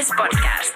Yes Podcast.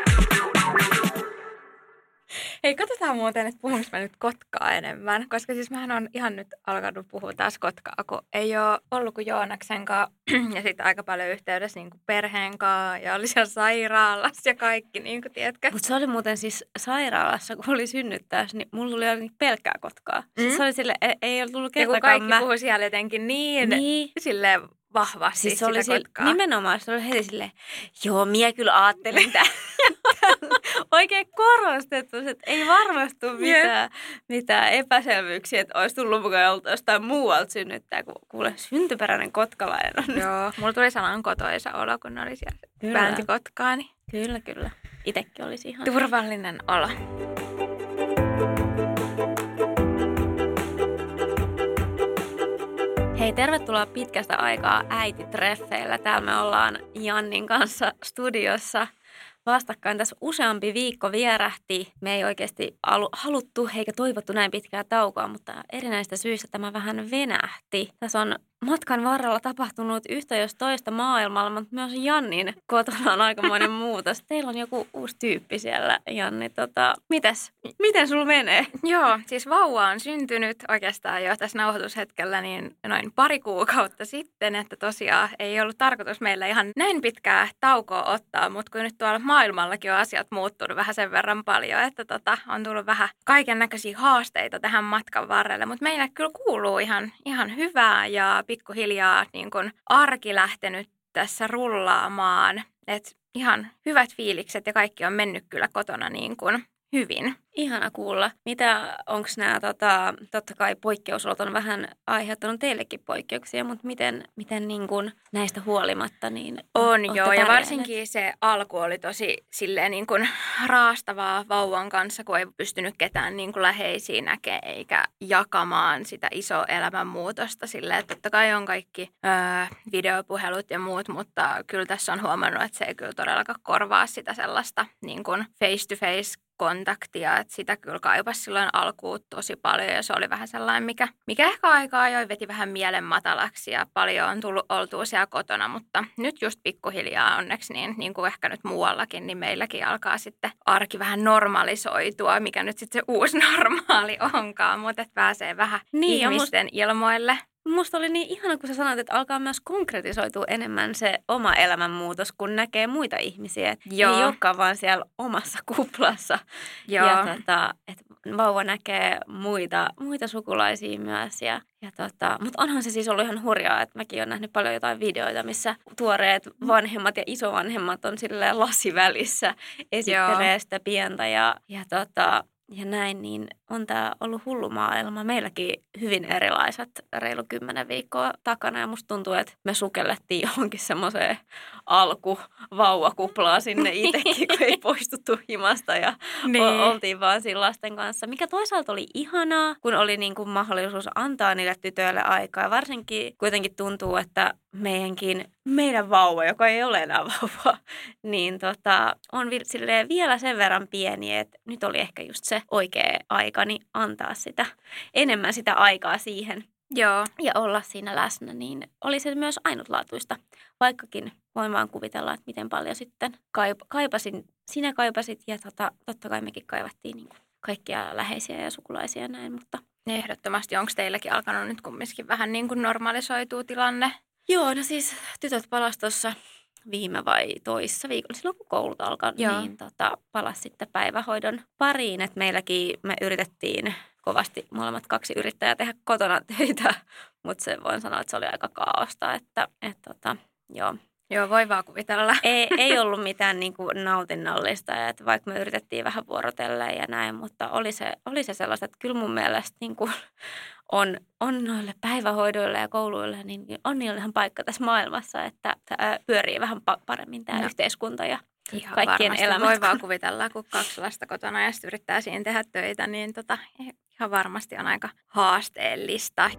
Hei, katsotaan muuten, että puhunko mä nyt Kotkaa enemmän, koska siis mähän on ihan nyt alkanut puhua taas Kotkaa, kun ei ole ollut kuin Joonaksen kanssa ja sitten aika paljon yhteydessä niin kuin perheen kanssa ja oli siellä sairaalassa ja kaikki, niin kuin tiedätkö. Mutta se oli muuten siis sairaalassa, kun oli synnyttäessä, niin mulla tuli jotenkin pelkkää Kotkaa. Siis se oli sille, ei ole tullut Ja kun kertakaan kaikki puhui siellä jotenkin niin. Silleen vahvasti siis se oli sitä Kotkaa. Nimenomaan se oli heti silleen, joo, minä kyllä ajattelin oikein korostettu, että ei varmasti tule mitään epäselvyyksiä, että olisi tullut mukaan oltu jostain muualta synnyttää, kun kuule syntyperäinen kotkalainen on. Joo, mulla tuli sellainen kotoisa olo, kun ne oli siellä väänti Kotkaani. Kyllä. Itekin olisi ihan turvallinen olo. Hei, tervetuloa pitkästä aikaa äititreffeillä. Täällä me ollaan Jannin kanssa studiossa vastakkain. Tässä useampi viikko vierähti. Me ei oikeasti haluttu eikä toivottu näin pitkää taukoa, mutta erinäistä syistä tämä vähän venähti. Tässä on matkan varrella tapahtunut yhtä jos toista maailmalla, mutta myös Jannin kotona on aikamoinen muutos. Teillä on joku uusi tyyppi siellä, Janni. Miten sulla menee? Joo, siis vauva on syntynyt oikeastaan jo tässä nauhoitushetkellä niin noin pari kuukautta sitten, että tosiaan ei ollut tarkoitus meillä ihan näin pitkää taukoa ottaa, mutta kun nyt tuolla maailmallakin on asiat muuttunut vähän sen verran paljon, että on tullut vähän kaiken näköisiä haasteita tähän matkan varrelle, mutta meillä kyllä kuuluu ihan hyvää ja pikkuhiljaa niin kun arki lähtenyt tässä rullaamaan, että ihan hyvät fiilikset ja kaikki on mennyt kyllä kotona niin kuin hyvin. Ihana kuulla. Onko nämä, totta kai poikkeusolot on vähän aiheuttanut teillekin poikkeuksia, mutta miten niin kuin näistä huolimatta niin on joo, ja varsinkin se alku oli tosi silleen niin kuin raastavaa vauvan kanssa, kun ei pystynyt ketään niin kuin läheisiä näkemään eikä jakamaan sitä isoa elämänmuutosta silleen, että totta kai on kaikki videopuhelut ja muut, mutta kyllä tässä on huomannut, että se ei kyllä todellakaan korvaa sitä sellaista niin kuin face-to-face kontaktia, että sitä kyllä kaipasi silloin alkuun tosi paljon ja se oli vähän sellainen, mikä ehkä aikaa ajoin veti vähän mielen matalaksi ja paljon on tullut oltua siellä kotona, mutta nyt just pikkuhiljaa onneksi niin kuin ehkä nyt muuallakin, niin meilläkin alkaa sitten arki vähän normalisoitua, mikä nyt sitten se uusi normaali onkaan, mutta että pääsee vähän ihmisten ilmoille. Musta oli niin ihana, kun sä sanoit, että alkaa myös konkretisoitua enemmän se oma elämänmuutos, kun näkee muita ihmisiä. Ei olekaan vaan siellä omassa kuplassa. Joo. Ja että vauva näkee muita sukulaisia myös. Mutta onhan se siis ollut ihan hurjaa, että mäkin olen nähnyt paljon jotain videoita, missä tuoreet vanhemmat ja isovanhemmat on silleen lasivälissä, esittelee sitä pientä ja näin, niin on tämä ollut hullu maailma. Meilläkin hyvin erilaiset reilu 10 viikkoa takana ja musta tuntuu, että me sukellettiin johonkin semmoiseen alkuvauvakuplaan sinne itsekin, kun ei poistuttu himasta ja oltiin vaan siinä lasten kanssa. Mikä toisaalta oli ihanaa, kun oli niin kuin mahdollisuus antaa niille tytöille aikaa. Varsinkin kuitenkin tuntuu, että meidän vauva, joka ei ole enää vauva, niin on vielä sen verran pieni, että nyt oli ehkä just se oikea aika niin antaa enemmän sitä aikaa siihen. Joo. Ja olla siinä läsnä, niin oli se myös ainutlaatuista. Vaikkakin voin vaan kuvitella, että miten paljon sitten sinä kaipasit ja totta kai mekin kaivattiin niin kuin kaikkia läheisiä ja sukulaisia ja näin, mutta ehdottomasti. Onko teilläkin alkanut nyt kumminkin vähän niin kuin normalisoituu tilanne? Joo, no siis tytöt palasi tuossa viime vai toissa viikolla, silloin kun koulut alkoi, niin palasi sitten päivähoidon pariin. Et meilläkin me yritettiin kovasti molemmat 2 yrittäjää tehdä kotona töitä, mutta se voin sanoa, että se oli aika kaaosta, joo. Joo, voi vaan kuvitella. Ei ollut mitään niin kuin nautinnollista, että vaikka me yritettiin vähän vuorotella ja näin, mutta oli se sellaista, että kyllä mun mielestä niin kuin on noille päivähoidoille ja kouluille, niin on niillä ihan paikka tässä maailmassa, että pyörii vähän paremmin tämä yhteiskunta ja ihan kaikkien elämät. Voi vaan kuvitella, kun 2 lasta kotona ja sitten yrittää siinä tehdä töitä, niin ihan varmasti on aika haasteellista.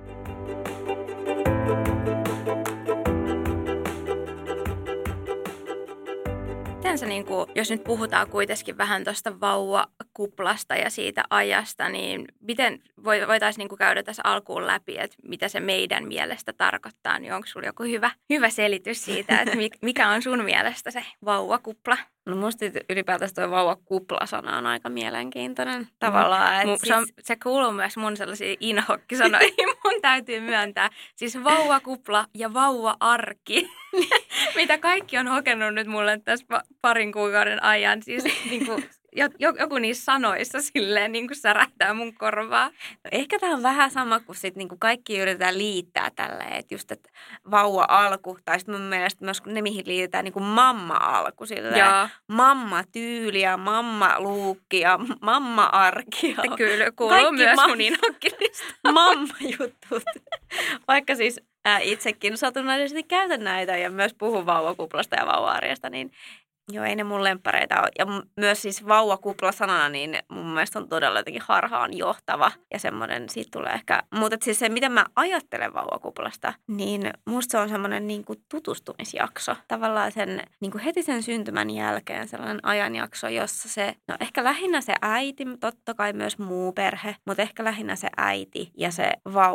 miten sä, niin kuin, jos nyt puhutaan kuitenkin vähän tuosta vauvakuplasta ja siitä ajasta, niin miten voitaisiin niin kuin käydä tässä alkuun läpi, että mitä se meidän mielestä tarkoittaa, niin onko sulla joku hyvä selitys siitä, että mikä on sun mielestä se vauvakupla? No musta ylipäätänsä tuo vauvakupla-sana on aika mielenkiintoinen tavallaan. Se kuuluu myös mun sellaisiin inhokkisanoihin, mun täytyy myöntää. Siis vauvakupla ja vauva-arki, mitä kaikki on hokenut nyt mulle tässä parin kuukauden ajan. Siis niin kuin, joku niissä sanoissa silleen niin kuin särähtää mun korvaa. No, ehkä tämä on vähän sama kuin sit, niin kuin kaikki yritetään liittää tälleen, että just että vauva-alku, tai sitten mun mielestä myös ne, mihin liitetään niin kuin mamma-alku, silleen mamma-tyyli ja mamma-luukki ja mamma-arki. Kyllä, kuuluu myös mun inhokkilista. Mamma-jutut. Vaikka siis itsekin satunnaisesti käytän näitä ja myös puhun vauvakuplasta ja vauva-arjesta, niin joo, ei ne mun lemppareita ole. Ja myös siis vauvakupla sanana, niin mun mielestä on todella jotenkin harhaan johtava. Ja semmoinen, siitä tulee ehkä, mutta siis se, miten mä ajattelen vauvakuplasta, niin musta se on semmoinen niin kuin tutustumisjakso. Tavallaan sen, niin kuin heti sen syntymän jälkeen sellainen ajanjakso, jossa se, no ehkä lähinnä se äiti, totta kai myös muu perhe, mutta ehkä lähinnä se äiti ja se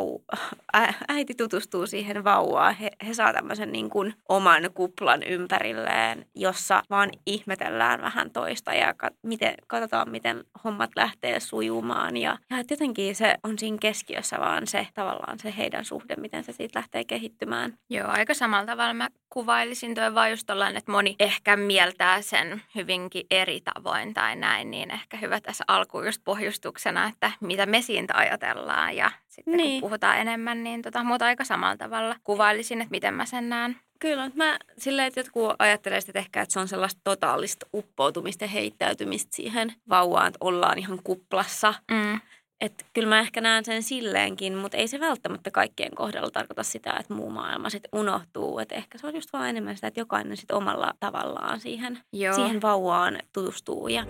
äiti tutustuu siihen vauvaan. He saa tämmöisen niin kuin oman kuplan ympärilleen, jossa vaan ihmetellään vähän toista ja katsotaan, miten hommat lähtee sujumaan. Ja että jotenkin se on siinä keskiössä vaan se tavallaan se heidän suhde, miten se siitä lähtee kehittymään. Joo, aika samalla tavalla mä kuvailisin tuon vaan just tollain, että moni ehkä mieltää sen hyvinkin eri tavoin tai näin, niin ehkä hyvä tässä alkuun just pohjustuksena, että mitä me siitä ajatellaan ja sitten kun puhutaan enemmän, niin mutta aika samalla tavalla kuvailisin, että miten mä sen näen. Kyllä, mä silleen, että jotkut ajattelee sitten ehkä, että se on sellaista totaalista uppoutumista ja heittäytymistä siihen vauvaan, että ollaan ihan kuplassa. Että kyllä mä ehkä näen sen silleenkin, mutta ei se välttämättä kaikkien kohdalla tarkoita sitä, että muu maailma sitten unohtuu. Että ehkä se on just vaan enemmän sitä, että jokainen sitten omalla tavallaan siihen vauvaan tutustuu ja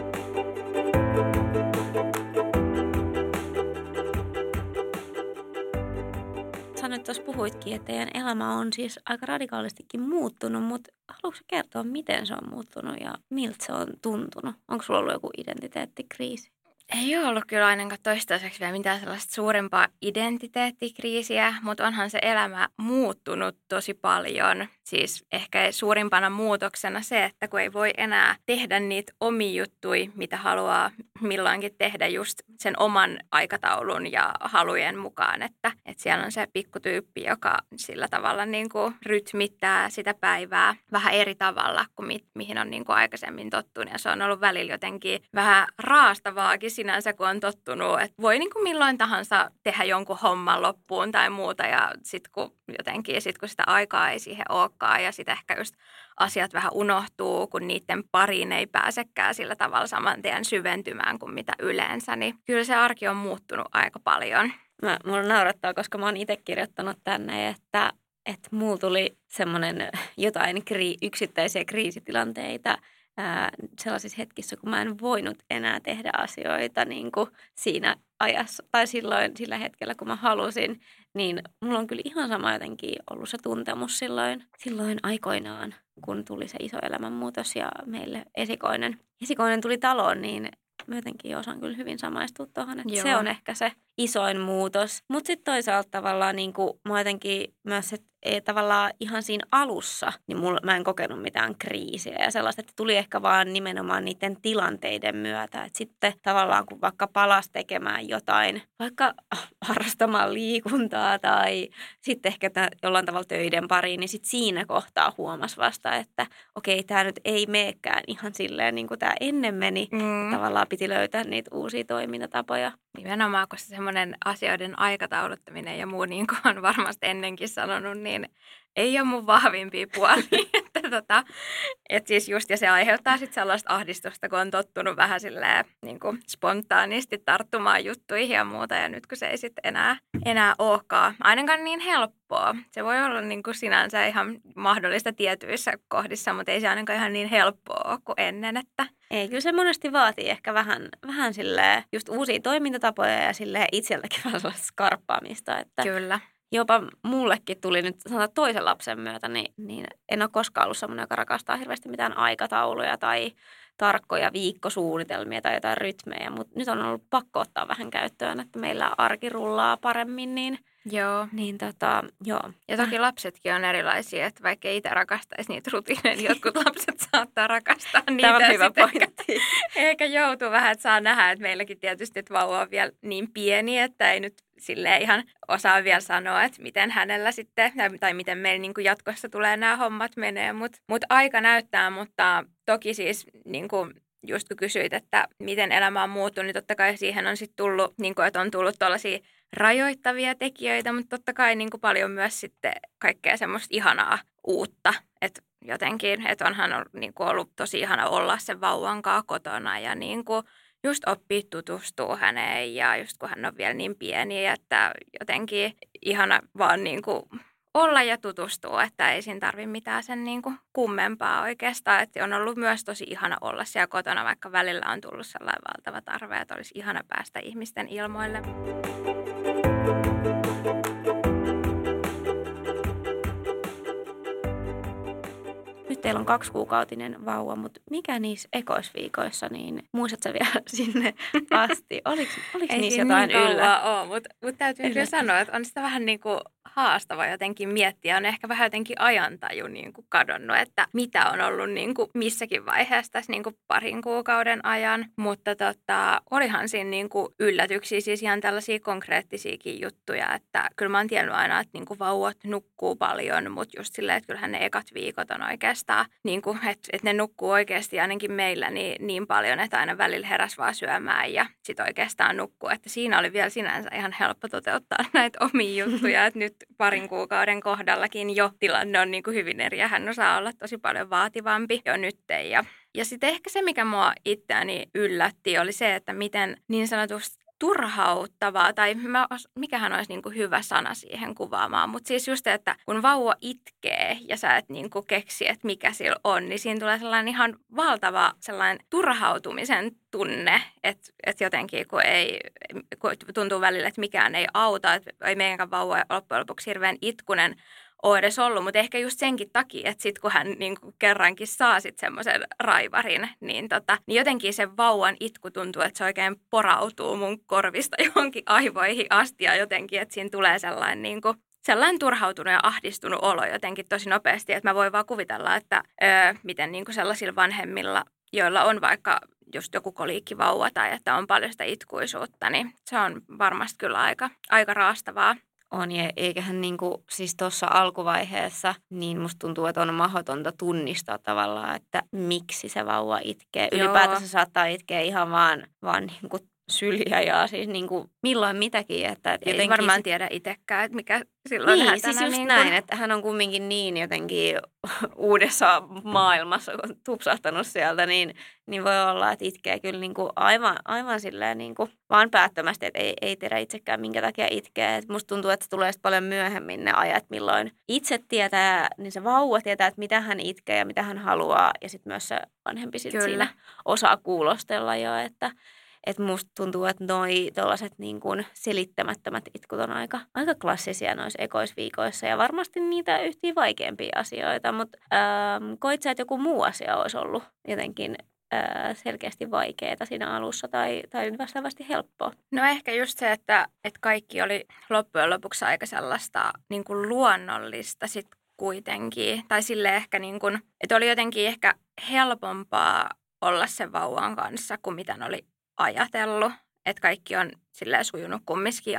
sä nyt tuossa puhuitkin, että teidän elämä on siis aika radikaalistikin muuttunut, mutta haluatko kertoa, miten se on muuttunut ja miltä se on tuntunut? Onko sulla ollut joku identiteettikriisi? Ei ole ollut kyllä ainakaan toistaiseksi vielä mitään sellaista suurempaa identiteettikriisiä, mutta onhan se elämä muuttunut tosi paljon. Siis ehkä suurimpana muutoksena se, että kun ei voi enää tehdä niitä omia juttuja, mitä haluaa milloinkin tehdä just sen oman aikataulun ja halujen mukaan. Että siellä on se pikkutyyppi, joka sillä tavalla niin kuin rytmittää sitä päivää vähän eri tavalla kuin mihin on niin kuin aikaisemmin tottunut. Ja se on ollut välillä jotenkin vähän raastavaakin sinänsä, kun on tottunut, että voi niin kuin milloin tahansa tehdä jonkun homman loppuun tai muuta. Ja sitten kun sitä aikaa ei siihen olekaan ja sitten ehkä just asiat vähän unohtuu, kun niiden pariin ei pääsekään sillä tavalla saman tien syventymään kuin mitä yleensä. Niin kyllä se arki on muuttunut aika paljon. Mulla naurattaa, koska mä oon itse kirjoittanut tänne, että mulla tuli semmoinen jotain yksittäisiä kriisitilanteita sellaisissa hetkissä, kun mä en voinut enää tehdä asioita niin kuin siinä ajassa tai sillä hetkellä, kun mä halusin, niin mulla on kyllä ihan sama jotenkin ollut se tuntemus silloin aikoinaan, kun tuli se iso elämänmuutos ja meille esikoinen tuli taloon, niin mä jotenkin osaan kyllä hyvin samaistua tuohon, että se on ehkä se isoin muutos. Mutta sitten toisaalta tavallaan niin kuin mä jotenkin myös, että tavallaan ihan siinä alussa, niin mä en kokenut mitään kriisiä ja sellaista, että tuli ehkä vaan nimenomaan niiden tilanteiden myötä. Että sitten tavallaan kun vaikka palasi tekemään jotain, vaikka harrastamaan liikuntaa tai sitten ehkä jollain tavalla töiden pariin, niin sitten siinä kohtaa huomasi vasta, että okei, tämä nyt ei meekään ihan silleen niin kuin tämä ennen meni. Tavallaan piti löytää niitä uusia toimintatapoja. Nimenomaan, koska semmoinen asioiden aikatauluttaminen ja muu, niin kuin on varmasti ennenkin sanonut, niin ei ole mun vahvimpia puolia. Että siis just, ja se aiheuttaa sitten sellaista ahdistusta, kun on tottunut vähän silleen niin kuin spontaanisti tarttumaan juttuihin ja muuta. Ja nyt kun se ei sitten enää olekaan ainakaan niin helppoa. Se voi olla niin kuin sinänsä ihan mahdollista tietyissä kohdissa, mutta ei se ainakaan ihan niin helppoa ole kuin ennen. Että ei, kyllä se monesti vaatii ehkä vähän silleen just uusia toimintatapoja ja silleen itseltäkin vähän sellaista skarppaamista. Että kyllä. jopa mullekin tuli nyt sanotaan toisen lapsen myötä, niin en ole koskaan ollut semmoinen, joka rakastaa hirveästi mitään aikatauluja tai tarkkoja viikkosuunnitelmia tai jotain rytmejä, mutta nyt on ollut pakko ottaa vähän käyttöön, että meillä arki rullaa paremmin, Joo. Joo. Ja toki lapsetkin on erilaisia, että vaikka itse rakastaisi niitä rutiineja, niin jotkut lapset saattaa rakastaa niitä. Tämä on hyvä pointti. Ehkä joutuu vähän, että saa nähdä, että meilläkin tietysti että vauva on vielä niin pieni, että ei nyt silleen ihan osaa vielä sanoa, että miten hänellä sitten, tai miten meillä niin kuin jatkossa tulee nämä hommat menee, mutta aika näyttää, mutta toki siis niin kuin just kun kysyit, että miten elämä on muuttunut, niin totta kai siihen on sitten tullut, niin kuin, että on tullut tuollaisia rajoittavia tekijöitä, mutta totta kai niin kuin paljon myös sitten kaikkea semmoista ihanaa uutta, että jotenkin, että onhan niin kuin ollut tosi ihana olla sen vauvan kanssa kotona ja niin kuin just oppia tutustua häneen ja just kun hän on vielä niin pieni, että jotenkin ihana vaan niin kuin olla ja tutustua, että ei siinä tarvitse mitään sen niin kuin kummempaa oikeastaan. Että on ollut myös tosi ihana olla siellä kotona, vaikka välillä on tullut sellainen valtava tarve, että olisi ihana päästä ihmisten ilmoille. Nyt teillä on 2-kuukautinen vauva, mutta mikä niissä ekoisviikoissa, niin muistatko vielä sinne asti? Oliko niissä jotain yllä? Mutta täytyy kyllä sanoa, että on sitä vähän niin kuin haastava jotenkin miettiä. On ehkä vähän jotenkin ajantaju niin kuin kadonnut, että mitä on ollut niin kuin missäkin vaiheessa tässä niin kuin parin kuukauden ajan. Mutta olihan siinä niin kuin yllätyksiä, siis ihan tällaisia konkreettisiakin juttuja, että kyllä mä oon tiennyt aina, että niin kuin vauvat nukkuu paljon, mutta just silleen, että kyllähän ne ekat viikot on oikeastaan, niin kuin, että ne nukkuu oikeasti ainakin meillä niin paljon, että aina välillä heräs vaan syömään ja sitten oikeastaan nukkuu. Että siinä oli vielä sinänsä ihan helppo toteuttaa näitä omia juttuja, että nyt parin kuukauden kohdallakin jo tilanne on niin kuin hyvin eri ja hän osaa olla tosi paljon vaativampi jo nytten. Ja sitten ehkä se, mikä mua itseäni yllätti, oli se, että miten niin sanotusti turhauttavaa, tai mikähän olisi niin kuin hyvä sana siihen kuvaamaan, mutta siis just, että kun vauva itkee ja sä et niin kuin keksi, että mikä sillä on, niin siinä tulee sellainen ihan valtava sellainen turhautumisen tunne, että jotenkin kun tuntuu välillä, että mikään ei auta, että ei meidänkään vauva loppujen lopuksi hirveän itkunen ole edes ollut, mutta ehkä just senkin takia, että sitten kun hän niin kuin kerrankin saa sitten semmoisen raivarin, niin jotenkin se vauvan itku tuntuu, että se oikein porautuu mun korvista johonkin aivoihin asti ja jotenkin, että siinä tulee sellainen niin kuin sellainen turhautunut ja ahdistunut olo jotenkin tosi nopeasti, että mä voin vaan kuvitella, että miten niin kuin sellaisilla vanhemmilla, joilla on vaikka just joku koliikkivauva tai että on paljon sitä itkuisuutta, niin se on varmasti kyllä aika raastavaa. On, ja eiköhän niinku, siis tuossa alkuvaiheessa, niin musta tuntuu, että on mahdotonta tunnistaa tavallaan, että miksi se vauva itkee. Joo. Ylipäätänsä saattaa itkeä ihan vaan niinku syliä ja siis niinku milloin mitäkin. Että ei jotenkin varmaan tiedä itsekään, että mikä silloin niin, siis just niin näin, että hän on kumminkin niin jotenkin uudessa maailmassa, kun tupsahtanut sieltä, niin voi olla, että itkee kyllä niinku aivan silleen niinku vaan päättömästi, että ei tiedä itsekään minkä takia itkee. Et musta tuntuu, että se tulee paljon myöhemmin ne ajat, milloin itse tietää, niin se vauva tietää, että mitä hän itkee ja mitä hän haluaa ja sitten myös se vanhempi sit siinä osaa kuulostella jo, että musta tuntuu, että noi tuollaiset niin kuin selittämättömät itkut on aika klassisia noissa ekoisviikoissa ja varmasti niitä yhtiä vaikeampia asioita, mutta koit sä, että joku muu asia olisi ollut jotenkin selkeästi vaikeaa siinä alussa tai vastaavasti helppoa? No ehkä just se, että kaikki oli loppujen lopuksi aika sellaista niin kuin luonnollista sitten kuitenkin. Tai sille ehkä niin kuin, että oli jotenkin ehkä helpompaa olla sen vauvan kanssa kuin mitä oli ajatellut, että kaikki on silleen sujunut kumminkin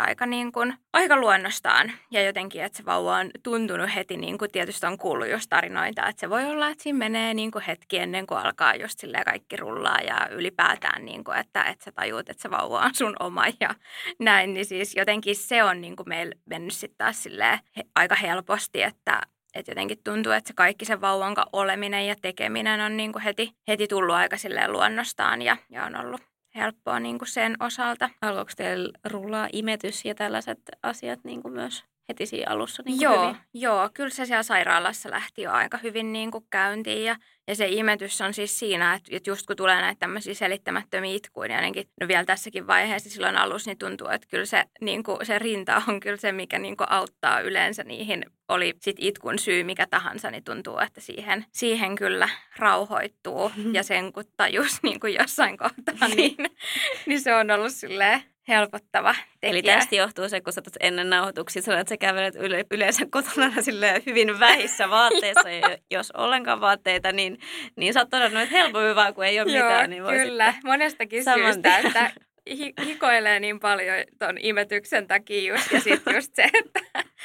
aika luonnostaan. Ja jotenkin, että se vauva on tuntunut heti, niin kuin tietysti on kuullut just tarinoita, että se voi olla, että siinä menee niin kuin hetki ennen kuin alkaa just silleen kaikki rullaa ja ylipäätään, niin kuin, että sä tajuut, että se vauva on sun oma ja näin. Niin siis jotenkin se on niin kuin meillä mennyt sitten taas silleen aika helposti, että jotenkin tuntuu, että se kaikki sen vauvan kanssa oleminen ja tekeminen on niin kuin heti tullut aika silleen luonnostaan ja on ollut helppoa niin kuin sen osalta. Alkoiko teillä rullaa imetys ja tällaiset asiat niin kuin myös heti siinä alussa niin kuin Joo, hyvin? joo, kyllä se siellä sairaalassa lähti jo aika hyvin niin kuin käyntiin ja se imetys on siis siinä, että just kun tulee näitä tämmöisiä selittämättömiä itkuja, niin ainakin no vielä tässäkin vaiheessa silloin alussa niin tuntuu, että kyllä se, niin kuin, se rinta on kyllä se, mikä niin kuin auttaa yleensä niihin, oli sit itkun syy mikä tahansa, niin tuntuu, että siihen kyllä rauhoittuu ja sen kun tajus niin kuin jossain kohtaa, niin se on ollut silleen helpottava tekijä. Eli tästä johtuu se, kun sä ennen nauhoituksia sanoit, että sä kävelet yleensä kotona silleen hyvin vähissä vaatteissa, ja jos ollenkaan vaatteita, niin sä oot todennut, että helpommin vaan, kun ei ole mitään. Niin kyllä, monestakin syystä, että hikoilee niin paljon ton imetyksen takia just, ja sitten just se, että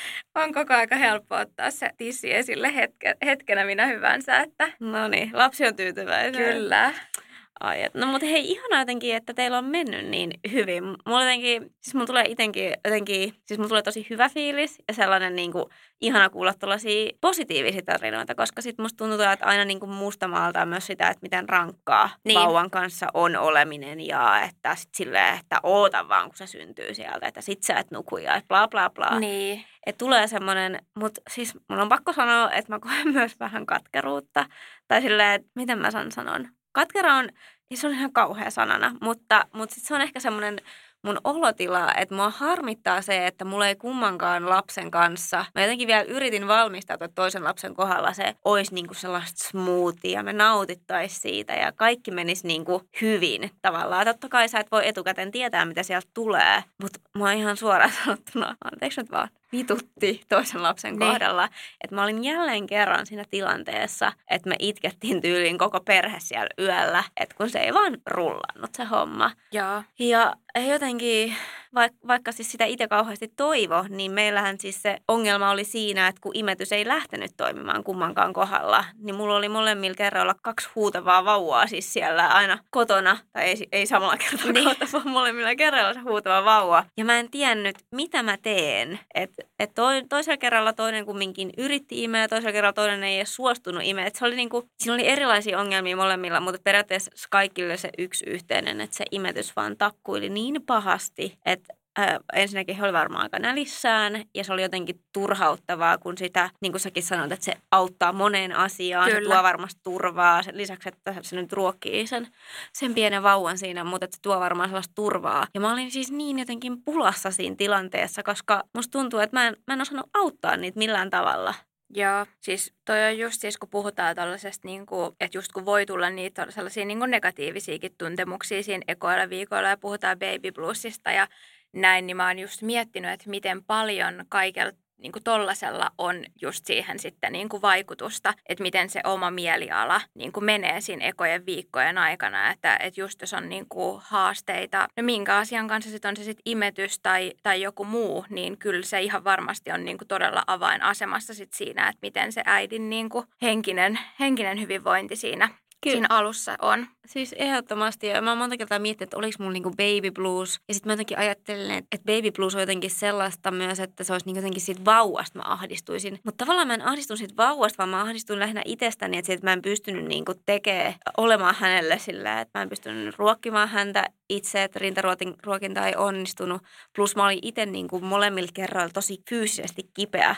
on koko aika helppo ottaa se tissi esille hetkenä minä hyvänsä. Että... No niin, lapsi on tyytyväinen. Kyllä. Ai, no mutta hei, ihana jotenkin, että teillä on mennyt niin hyvin. Mulla jotenkin, siis mulla tulee jotenkin, siis mulla tulee tosi hyvä fiilis ja sellainen niin kuin ihana kuulla tuollaisia positiivisia tarinoita, koska sit musta tuntuu, että aina niin kuin musta maaltaa myös sitä, että miten rankkaa vauvan kanssa on oleminen ja että sit silleen, että oota vaan, kun se syntyy sieltä, että sit sä et nuku ja bla bla bla. Niin. Että tulee semmoinen, mutta siis mun on pakko sanoa, että mä koen myös vähän katkeruutta. Tai silleen, että miten mä sanon. Katkera on, se on ihan kauhea sanana, mutta sitten se on ehkä semmoinen mun olotila, että mua harmittaa se, että mulla ei kummankaan lapsen kanssa. Mä jotenkin vielä yritin valmistautua toisen lapsen kohdalla, se olisi niinku sellaista smoothia ja me nautittaisiin siitä ja kaikki menisi niinku hyvin tavallaan. Totta kai sä et voi etukäteen tietää, mitä sieltä tulee, mutta mua ihan suoraan sanottuna, anteeksi nyt vaan, vitutti toisen lapsen kohdalla, että mä olin jälleen kerran siinä tilanteessa, että me itkettiin tyyliin koko perhe siellä yöllä, että kun se ei vaan rullannut se homma. Joo. Ja jotenkin, vaikka siis sitä itse kauheasti toivo, niin meillähän siis se ongelma oli siinä, että kun imetys ei lähtenyt toimimaan kummankaan kohdalla, niin mulla oli molemmilla kerroilla 2 huutavaa vauvaa siis siellä aina kotona, tai ei samalla kertaa kotona, vaan molemmilla kerroilla se huutava vauva. Ja mä en tiennyt, mitä mä teen. Toisella kerralla toinen kumminkin yritti imeä, toisella kerralla toinen ei edes suostunut imeä. Se oli niinku, siinä oli erilaisia ongelmia molemmilla, mutta periaatteessa kaikille se yksi yhteinen, että se imetys vaan takkuili niin pahasti, että ensinnäkin he oli varmaan aika nälissään ja se oli jotenkin turhauttavaa, kun sitä, niin kuin säkin sanoit, että se auttaa moneen asiaan. Kyllä. Se tuo varmasti turvaa sen lisäksi, että se nyt ruokkii sen pienen vauvan siinä, mutta että se tuo varmaan sellaista turvaa. Ja mä olin siis niin jotenkin pulassa siinä tilanteessa, koska musta tuntuu, että mä en osannut auttaa niitä millään tavalla. Joo, siis toi on just siis, kun puhutaan tällaisesta, niin kuin, että just kun voi tulla niitä sellaisia niin kuin negatiivisiakin tuntemuksia siinä ekoilla viikoilla ja puhutaan baby bluesista ja näin, niin mä oon just miettinyt, että miten paljon kaikella niin kuin tollasella on just siihen sitten niin kuin vaikutusta, että miten se oma mieliala niin kuin menee siinä ekojen viikkojen aikana, että just jos on niin kuin haasteita, no minkä asian kanssa sitten on se sitten imetys tai joku muu, niin kyllä se ihan varmasti on niin kuin todella avainasemassa sitten siinä, että miten se äidin niin kuin henkinen hyvinvointi siinä alussa on. Siis ehdottomasti. Ja mä oon monta kertaa miettinyt, että oliko mulla niinku baby blues. Ja sitten mä jotenkin ajattelin, että baby blues on jotenkin sellaista myös, että se olisi niinku jotenkin siitä vauvasta mä ahdistuisin. Mutta tavallaan mä en ahdistu siitä vauvasta, vaan mä ahdistuin lähinnä itsestäni, että mä en pystynyt niinku olemaan hänelle sillä, että mä en pystynyt ruokkimaan häntä itse, että rintaruokinta ei onnistunut. Plus mä olin itse niinku molemmilla kerroilla tosi fyysisesti kipeä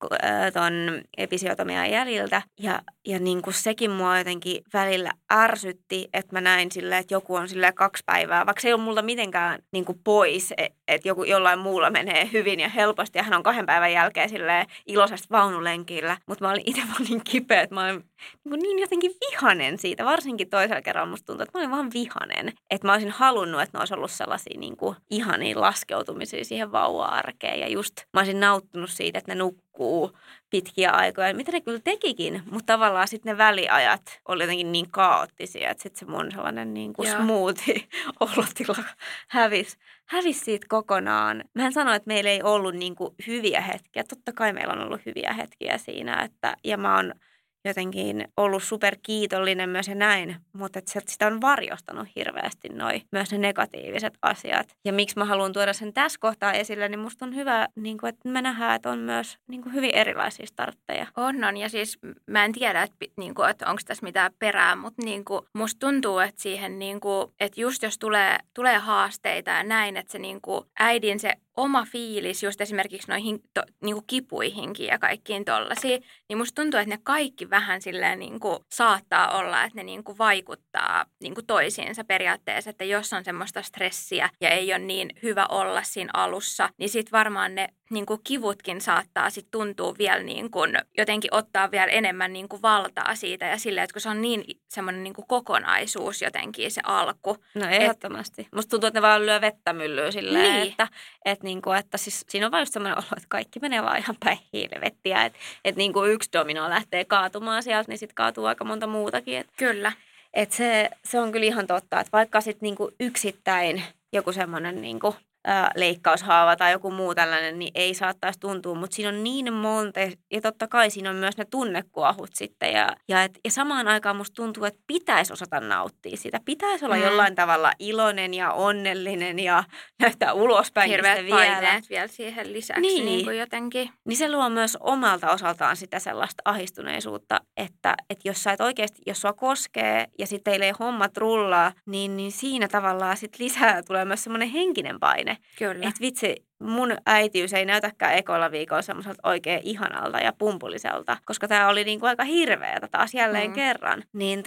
ton episiotomian jäljiltä. Ja niin kuin sekin mua jotenkin välillä ärsytti, että mä näin silleen, että joku on silleen 2 päivää, vaikka se ei ole multa mitenkään niin kuin pois, että joku jollain muulla menee hyvin ja helposti ja hän on 2 päivän jälkeen silleen iloisesti vaunulenkillä. Mutta mä olin itse vaan niin kipeä, että mä olin niin jotenkin vihanen siitä. Varsinkin toisella kerralla musta tuntuu, että mä olin vaan vihanen. Että mä olisin halunnut, että ne olisi ollut sellaisia niin kuin ihania laskeutumisia siihen vauva-arkeen. Ja just mä olisin nauttinut siitä, että ne nukkuu pitkiä aikoja, mitä ne kyllä tekikin, mutta tavallaan sitten ne väliajat oli jotenkin niin kaoottisia, että sitten se mun sellainen niin kuin smoothie-olotila hävisi siitä kokonaan. Mä en sano, että meillä ei ollut niin kuin hyviä hetkiä. Totta kai meillä on ollut hyviä hetkiä siinä, ja mä oon jotenkin ollut superkiitollinen myös ja näin, mutta että sitä on varjostanut hirveästi myös ne negatiiviset asiat. Ja miksi mä haluan tuoda sen tässä kohtaa esille, niin musta on hyvä, niin kuin, että me nähdään, että on myös niin kuin hyvin erilaisia startteja. On. Ja siis mä en tiedä, että onko tässä mitään perää, mutta niin kuin, musta tuntuu, että siihen, niin kuin, että just jos tulee haasteita ja näin, että se niin kuin, äidin se oma fiilis just esimerkiksi noihin niin kuin kipuihinkin ja kaikkiin tollaisiin, niin musta tuntuu, että ne kaikki vähän silleen niin kuin saattaa olla, että ne niin kuin vaikuttaa niin kuin toisiinsa periaatteessa, että jos on semmoista stressiä ja ei ole niin hyvä olla siinä alussa, niin sit varmaan ne niin kuin kivutkin saattaa sit tuntua vielä niin kuin jotenkin ottaa vielä enemmän niin kuin valtaa siitä ja silleen, että kun se on niin semmoinen niin kuin kokonaisuus jotenkin se alku. No ehdottomasti. Musta tuntuu, että ne vaan lyö vettä myllyyn silleen, niin. että siis siinä on vaan just semmoinen olo, että kaikki menee vaan ihan päin hiilivettiä. Että niin kuin yksi domino lähtee kaatumaan sieltä, niin sitten kaatuu aika monta muutakin. Kyllä. Että se on kyllä ihan totta, että vaikka sitten niin kuin yksittäin joku semmoinen niin kuin leikkaushaava tai joku muu tällainen, niin ei saattaisi tuntua, mutta siinä on niin monta, ja totta kai siinä on myös ne tunnekuohut sitten, ja samaan aikaan musta tuntuu, että pitäisi osata nauttia sitä, pitäisi olla jollain tavalla iloinen ja onnellinen ja näyttää ulospäin hirveät paineet vielä siihen lisäksi niin kuin jotenkin. Niin se luo myös omalta osaltaan sitä sellaista ahdistuneisuutta, että jos sä et oikeasti, jos sua koskee ja sitten teille ei hommat rullaa, niin siinä tavallaan sit lisää tulee myös semmoinen henkinen paine. Kyllä. Että vitsi, mun äitiys ei näytäkään ekoilla viikolla semmoiselta oikein ihanalta ja pumpuliselta, koska tämä oli niinku aika hirveätä taas jälleen kerran. Niin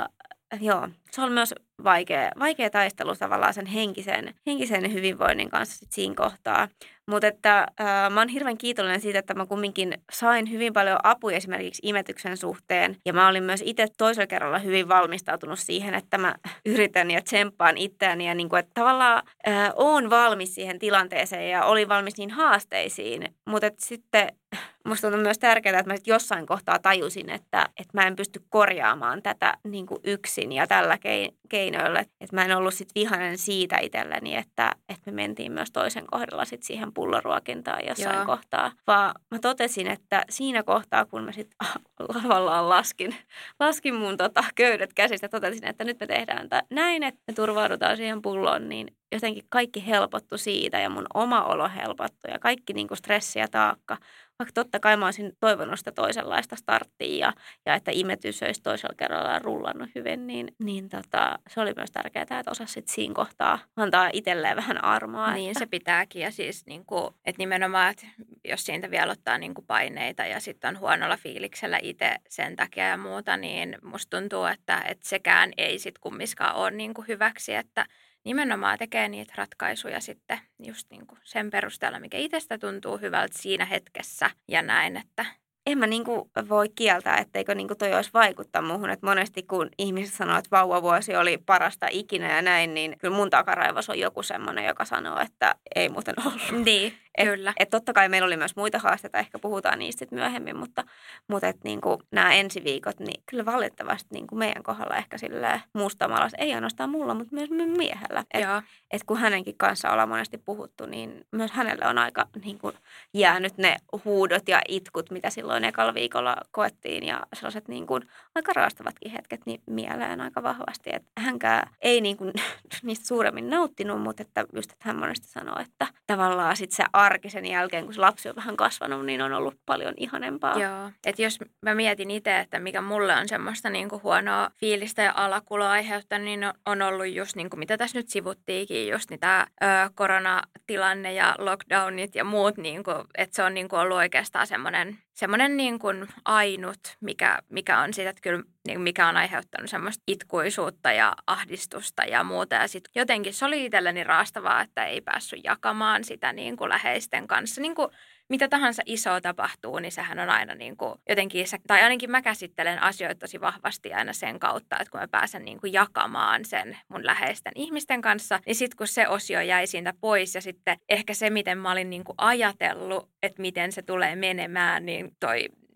joo, se on myös vaikea taistelu tavallaan sen henkisen hyvinvoinnin kanssa sit siinä kohtaa. Mutta että mä oon hirveän kiitollinen siitä, että mä kumminkin sain hyvin paljon apua esimerkiksi imetyksen suhteen. Ja mä olin myös itse toisella kerralla hyvin valmistautunut siihen, että mä yritän ja tsemppaan itseäni. Ja niin kuin, että tavallaan oon valmis siihen tilanteeseen ja olin valmis niin haasteisiin. Mutta sitten musta on myös tärkeää, että mä jossain kohtaa tajusin, että mä en pysty korjaamaan tätä niin kuin yksin ja tällä keinoilla. Että mä en ollut sit vihainen siitä itselleni, että me mentiin myös toisen kohdalla sit siihen pulloruokintaan jossain kohtaa. Vaan mä totesin, että siinä kohtaa, kun mä sitten lavallaan laskin mun köydet käsistä ja totesin, että nyt me tehdään näin, että me turvaudutaan siihen pulloon, niin jotenkin kaikki helpottui siitä ja mun oma olo helpottui ja kaikki niin kuin stressi ja taakka. Vaikka totta kai mä olisin toivonut sitä toisenlaista starttia ja että imetys olisi toisella kerralla rullannut hyvin, niin se oli myös tärkeää, että osasi sitten siinä kohtaa antaa itselleen vähän armoa. Niin se pitääkin ja siis niin kuin, että nimenomaan, että jos siitä vielä ottaa niin kuin paineita ja sitten on huonolla fiiliksellä itse sen takia ja muuta, niin musta tuntuu, että sekään ei sitten kumminkaan ole niin kuin hyväksi, että nimenomaan tekee niitä ratkaisuja sitten just niin kuin sen perusteella, mikä itsestä tuntuu hyvältä siinä hetkessä ja näin, että en mä niinku voi kieltää, etteikö niinku toi olisi vaikuttaa muuhun. Et monesti kun ihmiset sanoo, että vauvavuosi oli parasta ikinä ja näin, niin kyllä mun takaraivos on joku semmoinen, joka sanoo, että ei muuten ollut. Niin, kyllä. Et totta kai meillä oli myös muita haasteita, ehkä puhutaan niistä myöhemmin, mutta et niinku nämä ensi viikot, niin kyllä valitettavasti niinku meidän kohdalla ehkä silleen mustamalla, ei ainoastaan mulla, mutta myös miehellä. Et kun hänenkin kanssa ollaan monesti puhuttu, niin myös hänelle on aika niinku jäänyt ne huudot ja itkut, mitä silloin ekalla viikolla koettiin ja sellaiset niin kuin aika raastavatkin hetket niin mieleen aika vahvasti. Että hänkään ei niin kuin niistä suuremmin nauttinut, mutta että just että hän monesti sanoo, että tavallaan sitten se arki sen jälkeen, kun se lapsi on vähän kasvanut, niin on ollut paljon ihanempaa. Joo, että jos mä mietin itse, että mikä mulle on semmoista niin kuin huonoa fiilistä ja alakuloa aiheuttanut, niin on ollut just niin kuin mitä tässä nyt sivuttiinkin, just niitä koronatilanne ja lockdownit ja muut, niin kuin, että se on niin kuin ollut oikeastaan semmoinen niin kuin ainut, mikä on siitä, että kyllä mikä on aiheuttanut semmoista itkuisuutta ja ahdistusta ja muuta. Ja sitten jotenkin se oli itselleni raastavaa, että ei päässyt jakamaan sitä niin kuin läheisten kanssa. Niin kuin mitä tahansa isoa tapahtuu, niin sehän on aina niin kuin jotenkin, tai ainakin mä käsittelen asioita tosi vahvasti aina sen kautta, että kun mä pääsen niin kuin jakamaan sen mun läheisten ihmisten kanssa, niin sitten kun se osio jäi siitä pois ja sitten ehkä se, miten mä olin niin kuin ajatellut, että miten se tulee menemään, niin toi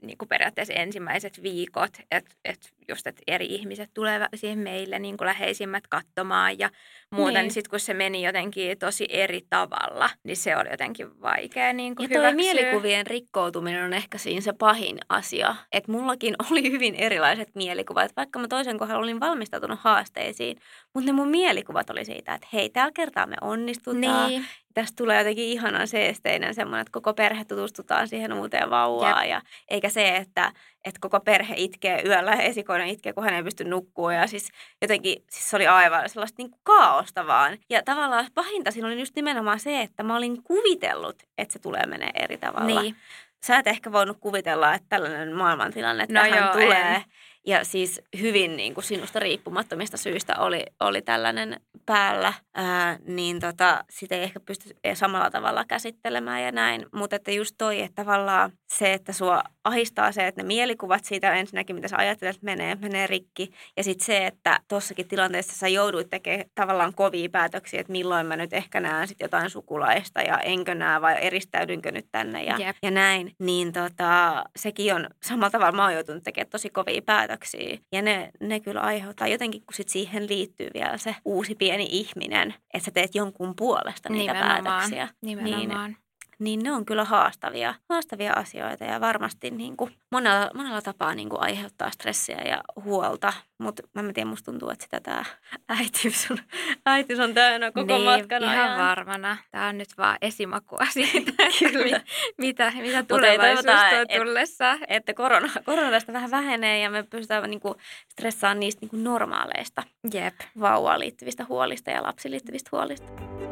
niin kuin periaatteessa ensimmäiset viikot, että just, että eri ihmiset tulee siihen meille niin kuin läheisimmät katsomaan ja muuta, niin sitten kun se meni jotenkin tosi eri tavalla, niin se oli jotenkin vaikea niin kuin hyväksyä. Ja toi mielikuvien rikkoutuminen on ehkä siinä se pahin asia, että mullakin oli hyvin erilaiset mielikuvat, vaikka mä toisen kohdalla olin valmistautunut haasteisiin, mutta ne mun mielikuvat oli siitä, että hei, tällä kertaa me onnistutaan. Niin. Tästä tulee jotenkin ihanan seesteinen semmoinen, että koko perhe tutustutaan siihen uuteen vauvaan. Ja eikä se, että koko perhe itkee yöllä ja esikoinen itkee, kun hän ei pysty nukkumaan. Ja siis jotenkin siis se oli aivan sellaista niin kuin kaaosta vaan. Ja tavallaan pahinta siinä oli just nimenomaan se, että mä olin kuvitellut, että se tulee menee eri tavalla. Niin. Sä et ehkä voinut kuvitella, että tällainen maailmantilanne tähän tulee. En. Ja siis hyvin niin kuin sinusta riippumattomista syistä oli tällainen päällä, niin sitä ei ehkä pysty samalla tavalla käsittelemään ja näin. Mutta että just toi, että tavallaan se, että sua ahistaa se, että ne mielikuvat siitä ensinnäkin, mitä sä ajattelet, menee rikki. Ja sitten se, että tossakin tilanteessa sä jouduit tekemään tavallaan kovia päätöksiä, että milloin mä nyt ehkä näen sit jotain sukulaista ja enkö näe vai eristäydynkö nyt tänne ja näin. Niin sekin on samalla tavalla mä oon joutunut tekemään tosi kovia päätöksiä. Ja ne kyllä aiheuttaa jotenkin, kun sit siihen liittyy vielä se uusi pieni ihminen, että sä teet jonkun puolesta niitä päätöksiä. Nimenomaan. Niin ne on kyllä haastavia asioita ja varmasti niin kuin monella tapaa niin kuin aiheuttaa stressiä ja huolta. Mutta mä en tiedä, musta tuntuu, että sitä tää äitiys on täynnä koko matkan ajan. Ihan varmana. Tää on nyt vaan esimakua siitä, mitä tulevaisuus tuo tullessa. Että korona tästä vähän vähenee ja me pystytään niin kuin stressaamaan niistä niin kuin normaaleista vauvaan liittyvistä huolista ja lapsiin liittyvistä huolista.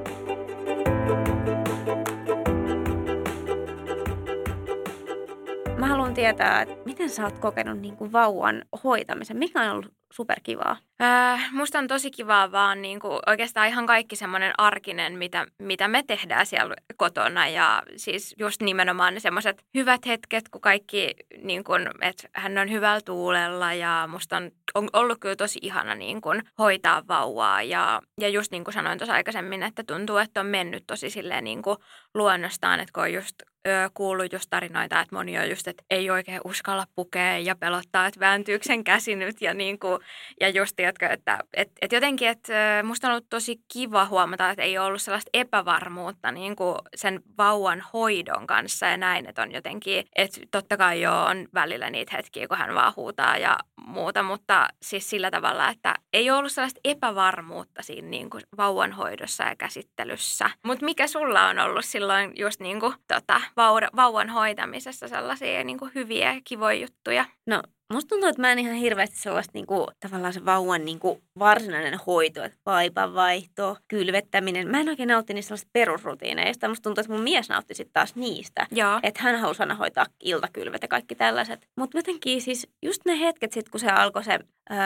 Mä haluan tietää, että miten sä oot kokenut niin kuin vauvan hoitamisen? Mikä on ollut superkivaa? Musta on tosi kivaa vaan niin kuin oikeastaan ihan kaikki semmoinen arkinen, mitä me tehdään siellä kotona. Ja siis just nimenomaan ne semmoiset hyvät hetket, kun kaikki, niin kuin, että hän on hyvällä tuulella ja musta on ollut kyllä tosi ihana niin kuin hoitaa vauvaa. Ja just niin kuin sanoin tuossa aikaisemmin, että tuntuu, että on mennyt tosi silleen niin kuin luonnostaan, että kun on just kuullut just tarinoita, että moni on just, että ei oikein uskalla pukea ja pelottaa, että vääntyykö sen käsi nyt ja, niin kuin, ja just että jotenkin, että musta on ollut tosi kiva huomata, että ei ole ollut sellaista epävarmuutta niin kuin sen vauvan hoidon kanssa ja näin, että on jotenkin, että totta kai on välillä niitä hetkiä, kun hän vaan huutaa ja muuta, mutta siis sillä tavalla, että ei ole ollut sellaista epävarmuutta siinä niin kuin vauvan hoidossa ja käsittelyssä. Mutta mikä sulla on ollut silloin just niin kuin vauvan hoitamisessa sellaisia niin kuin hyviä ja kivoja juttuja? No, musta tuntuu, että mä en ihan hirveästi sellaista niinku, tavallaan se vauvan niinku, varsinainen hoito, että vaipanvaihto, kylvettäminen. Mä en oikein nautti niistä sellaisista perusrutiineista. Musta tuntuu, että mun mies nautti sitten taas niistä. Että hän halusi aina hoitaa iltakylvet ja kaikki tällaiset. Mutta jotenkin siis just ne hetket sitten, kun se alkoi se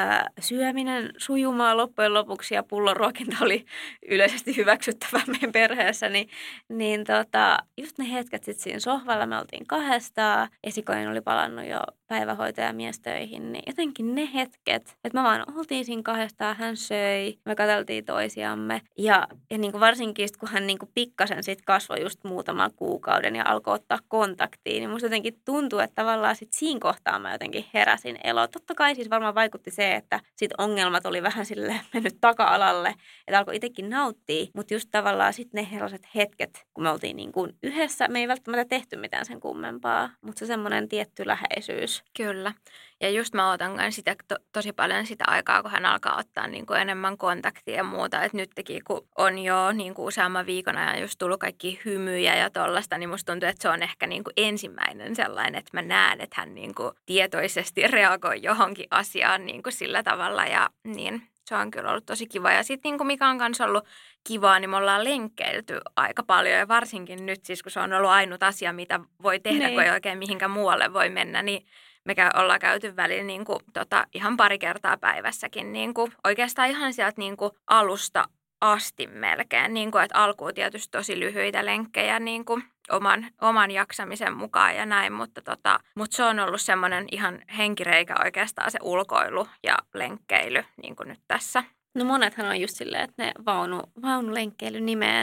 syöminen sujumaan loppujen lopuksi ja pullonruokinta oli yleisesti hyväksyttävää meidän perheessä, niin just ne hetket sitten siinä sohvalla me oltiin kahdestaan. Esikoinen oli palannut jo päivähoitajamiestöihin, niin jotenkin ne hetket, että me vaan oltiin siinä kahdestaan, hän söi, me katseltiin toisiamme ja niin kuin varsinkin kun hän niin kuin pikkasen sitten kasvoi just muutaman kuukauden ja alkoi ottaa kontaktiin, niin musta jotenkin tuntuu, että tavallaan sitten siinä kohtaa mä jotenkin heräsin eloon. Totta kai siis varmaan vaikutti se, että sitten ongelmat oli vähän sille mennyt taka-alalle, että alkoi itsekin nauttia, mutta just tavallaan sitten ne sellaiset hetket, kun me oltiin niin kuin yhdessä, me ei välttämättä tehty mitään sen kummempaa, mutta se semmoinen tietty läheisyys. Kyllä. Ja just mä otan sitä tosi paljon sitä aikaa, kun hän alkaa ottaa niin kuin enemmän kontaktia ja muuta. Että nytkin, kun on jo niin kuin useamman viikon ajan just tullut kaikki hymyjä ja tollaista, niin musta tuntuu, että se on ehkä niin kuin ensimmäinen sellainen, että mä näen, että hän niin kuin tietoisesti reagoi johonkin asiaan niin kuin sillä tavalla. Ja niin se on kyllä ollut tosi kiva. Ja sitten niin kuin mikä on kanssa ollut kivaa, niin me ollaan lenkkeilty aika paljon. Ja varsinkin nyt siis, kun se on ollut ainut asia, mitä voi tehdä, kun ei oikein mihinkään muualle voi mennä, niin me ollaan käyty välillä niin kuin, ihan pari kertaa päivässäkin. Niin kuin, oikeastaan ihan sieltä niin kuin alusta asti melkein. Niin kuin, että alkuun tietysti tosi lyhyitä lenkkejä niin kuin oman jaksamisen mukaan ja näin. Mutta se on ollut semmoinen ihan henkireikä oikeastaan se ulkoilu ja lenkkeily niin kuin nyt tässä. No monethan on just silleen, että ne vaunulenkkeily nimeen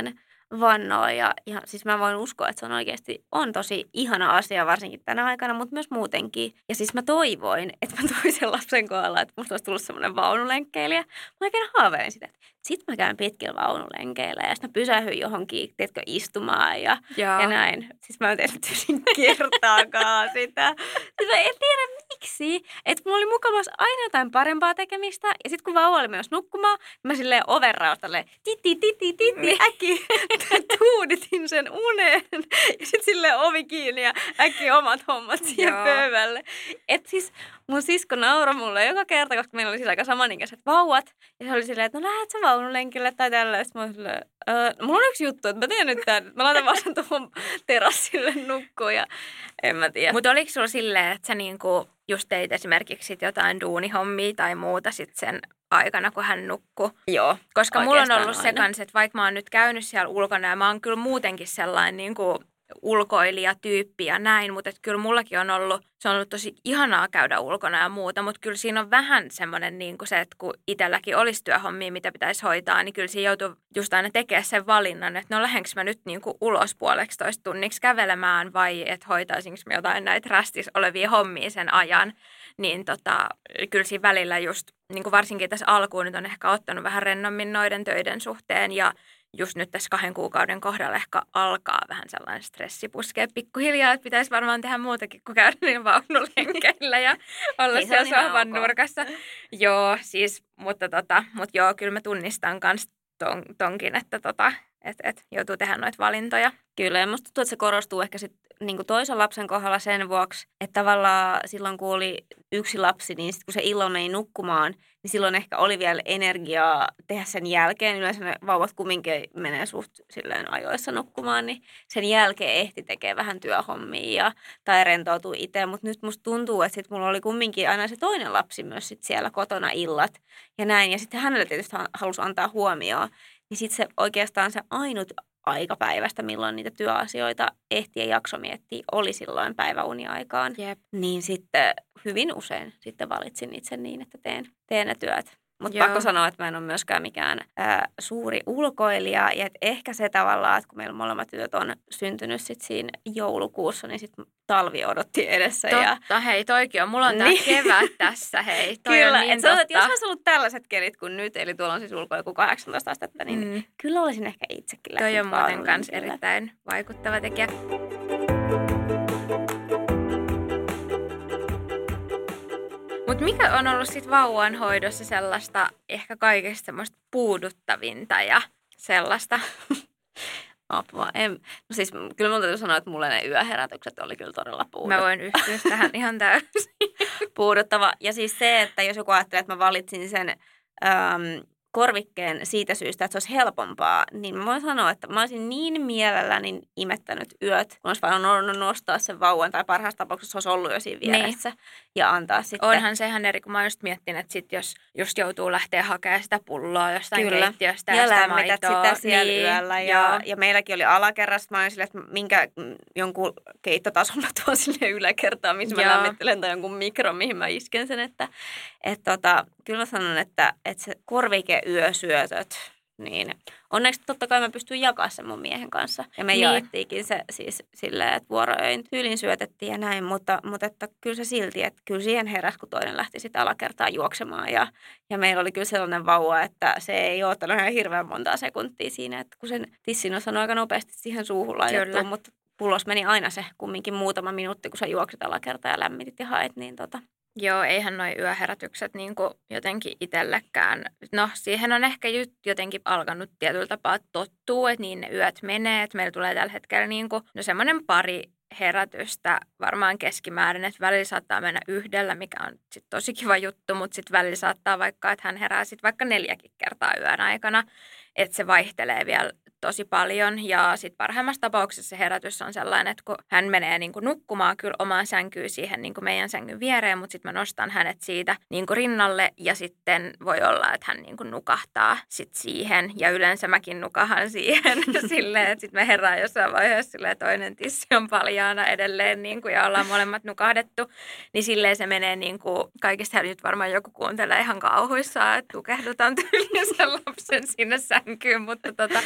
vannoo. Ja siis mä voin uskoa, että se on oikeasti on tosi ihana asia, varsinkin tänä aikana, mutta myös muutenkin. Ja siis mä toivoin, että mä toisen lapsen kohdalla, että musta olisi tullut semmoinen vaunulenkkeilijä. Mä oikein haaveilin sitä, että sit mä käyn pitkillä vaunulenkeillä ja sitten mä pysähyn johonkin, teetkö, istumaan ja näin. Siis mä en tehnyt kertaakaan sitä. Siis mä en tiedä miksi. Että mulla oli mukavasti aina jotain parempaa tekemistä. Ja sitten kun vauva oli menossa nukkumaan, mä silleen overraustalle äkki tuuditin sen uneen. Ja sitten silleen ovi kiinni ja äkki omat hommat siihen pöydälle. Että siis mun sisko nauroi mulle joka kerta, koska meillä oli siis aika samanikäiset vauvat. Ja se oli silleen, että no lähdet sä vaunulenkille tai tällä. Ja sitten mä olin silleen, mulla on yksi juttu, että mä teen nyt tämän. Mä laitan vaan tuohon terassille nukkuun ja en mä tiedä. Mutta oliko sulla silleen, että sä niinku just teit esimerkiksi sit jotain duunihommia tai muuta sit sen aikana, kun hän nukkui? Joo. Koska mulla on ollut se kans, että vaikka mä oon nyt käynyt siellä ulkona ja mä oon kyllä muutenkin sellainen niinku ulkoilijatyyppi ja näin, mutta kyllä mullakin on ollut, se on ollut tosi ihanaa käydä ulkona ja muuta, mutta kyllä siinä on vähän semmoinen niin kuin se, että kun itselläkin olisi työhommia, mitä pitäisi hoitaa, niin kyllä siinä joutuu just aina tekemään sen valinnan, että no lähdenkö mä nyt niin kuin ulos 1,5 tunniksi kävelemään vai että hoitaisinko mä jotain näitä rästissä olevia hommia sen ajan, niin kyllä siinä välillä just, niin kuin varsinkin tässä alkuun nyt on ehkä ottanut vähän rennommin noiden töiden suhteen ja just nyt tässä 2 kuukauden kohdalla ehkä alkaa vähän sellainen stressi puskea pikkuhiljaa, että pitäisi varmaan tehdä muutakin kuin käydä niin vaunulenkeillä ja olla siellä sohvan nurkassa. Joo, siis, mutta joo, kyllä mä tunnistan myös tonkin, että joutuu tehdä noita valintoja. Kyllä, ja musta tuntuu, että se korostuu ehkä sit, niin toisen lapsen kohdalla sen vuoksi, että tavallaan silloin kun oli yksi lapsi, niin sit kun se illalla meni nukkumaan, niin silloin ehkä oli vielä energiaa tehdä sen jälkeen. Yleensä ne vauvat kumminkin menee suht silleen ajoissa nukkumaan, niin sen jälkeen ehti tekee vähän työhommia tai rentoutuu itse. Mutta nyt musta tuntuu, että sit mulla oli kumminkin aina se toinen lapsi myös sit siellä kotona illat ja näin. Ja sitten hänelle tietysti halusi antaa huomioon. Niin sitten se oikeastaan se ainut aikapäivästä, milloin niitä työasioita ehti ja jakso miettiä, oli silloin päiväuniaikaan. Jep. Niin sitten hyvin usein sitten valitsin itse niin, että teen ne työt. Mutta pakko sanoa, että mä en ole myöskään mikään suuri ulkoilija. Ja ehkä se tavallaan, että kun meillä molemmat työt on syntynyt sit siinä joulukuussa, niin sitten talvi odotti edessä. Totta, hei, toikin on. Mulla on tää kevät tässä, hei. Toi kyllä, on niin totta. Jos olisi ollut tällaiset kelit kuin nyt, eli tuolla on siis ulkoa joku 18 astetta, niin kyllä olisin ehkä itsekin lähtenyt. Toi on muuten kans erittäin vaikuttava tekijä. Mutta mikä on ollut sitten vauvan hoidossa sellaista ehkä kaikesta semmoista puuduttavinta ja sellaista? Apua. No siis kyllä mun täytyy sanoa, että mulle ne yöherätykset oli kyllä todella puuduttava. Mä voin yhtyä tähän ihan täysin. Puuduttava. Ja siis se, että jos joku ajattelee, että mä valitsin sen korvikkeen siitä syystä, että se olisi helpompaa, niin mä voin sanoa, että mä olisin niin mielelläni imettänyt yöt, kun olisi vaan nostaa sen vauvan, tai parhaassa tapauksessa olisi ollut jo siinä vieressä, niin. Ja antaa sitten. Onhan sehän eri, kun mä just miettinyt, että sit jos just joutuu lähteä hakemaan sitä pulloa jostain keittiöstä ja sitä maitoa. Sitä siellä niin. Yöllä. Ja meilläkin oli alakerrassa, mä olin silleen, että minkä jonkun keittotason mä tuon sinne yläkertaan, missä mä lämmittelen, tai jonkun mikron, mihin mä isken sen, että kyllä mä sanon, että se korvikeyösyötöt, niin onneksi totta kai mä pystyn jakamaan sen mun miehen kanssa. Ja me jaettiinkin se siis silleen, että vuoroöin tyylin syötettiin ja näin, mutta että kyllä se silti, että kyllä siihen heräsi, kun toinen lähti sitten alakertaan juoksemaan. Ja meillä oli kyllä sellainen vauva, että se ei ole ottanut ihan hirveän montaa sekuntia siinä, että kun sen tissin on saanut aika nopeasti siihen suuhun laitettua, mutta pullos meni aina se kumminkin muutama minuutti, kun sä juoksit alakertaan ja lämmitit ja haet, niin Joo, eihän noi yöherätykset niinku jotenkin itsellekään. No, siihen on ehkä jotenkin alkanut tietyllä tapaa tottua, että niin ne yöt menee. Että meillä tulee tällä hetkellä niinku, semmoinen pari herätystä varmaan keskimäärin, että välillä saattaa mennä 1, mikä on sit tosi kiva juttu, mutta sitten välillä saattaa vaikka, että hän herää sitten vaikka 4 kertaa yön aikana. Että se vaihtelee vielä tosi paljon ja sitten parhaimmassa tapauksessa se herätys on sellainen, että kun hän menee niin kuin nukkumaan kyllä omaan sänkyyn siihen niin kuin meidän sängyn viereen, mutta sitten mä nostan hänet siitä niin kuin rinnalle ja sitten voi olla, että hän niin kuin nukahtaa sitten siihen ja yleensä mäkin nukahan siihen silleen, että sitten me herää jossain vaiheessa silleen, toinen tissi on paljaana edelleen niin kuin, ja ollaan molemmat nukahdettu, niin silleen se menee niin kuin, kaikista nyt varmaan joku kuuntelee ihan kauhuissaan, että tukehdutaan tyyliin sen lapsen sinne sänkyyn, mutta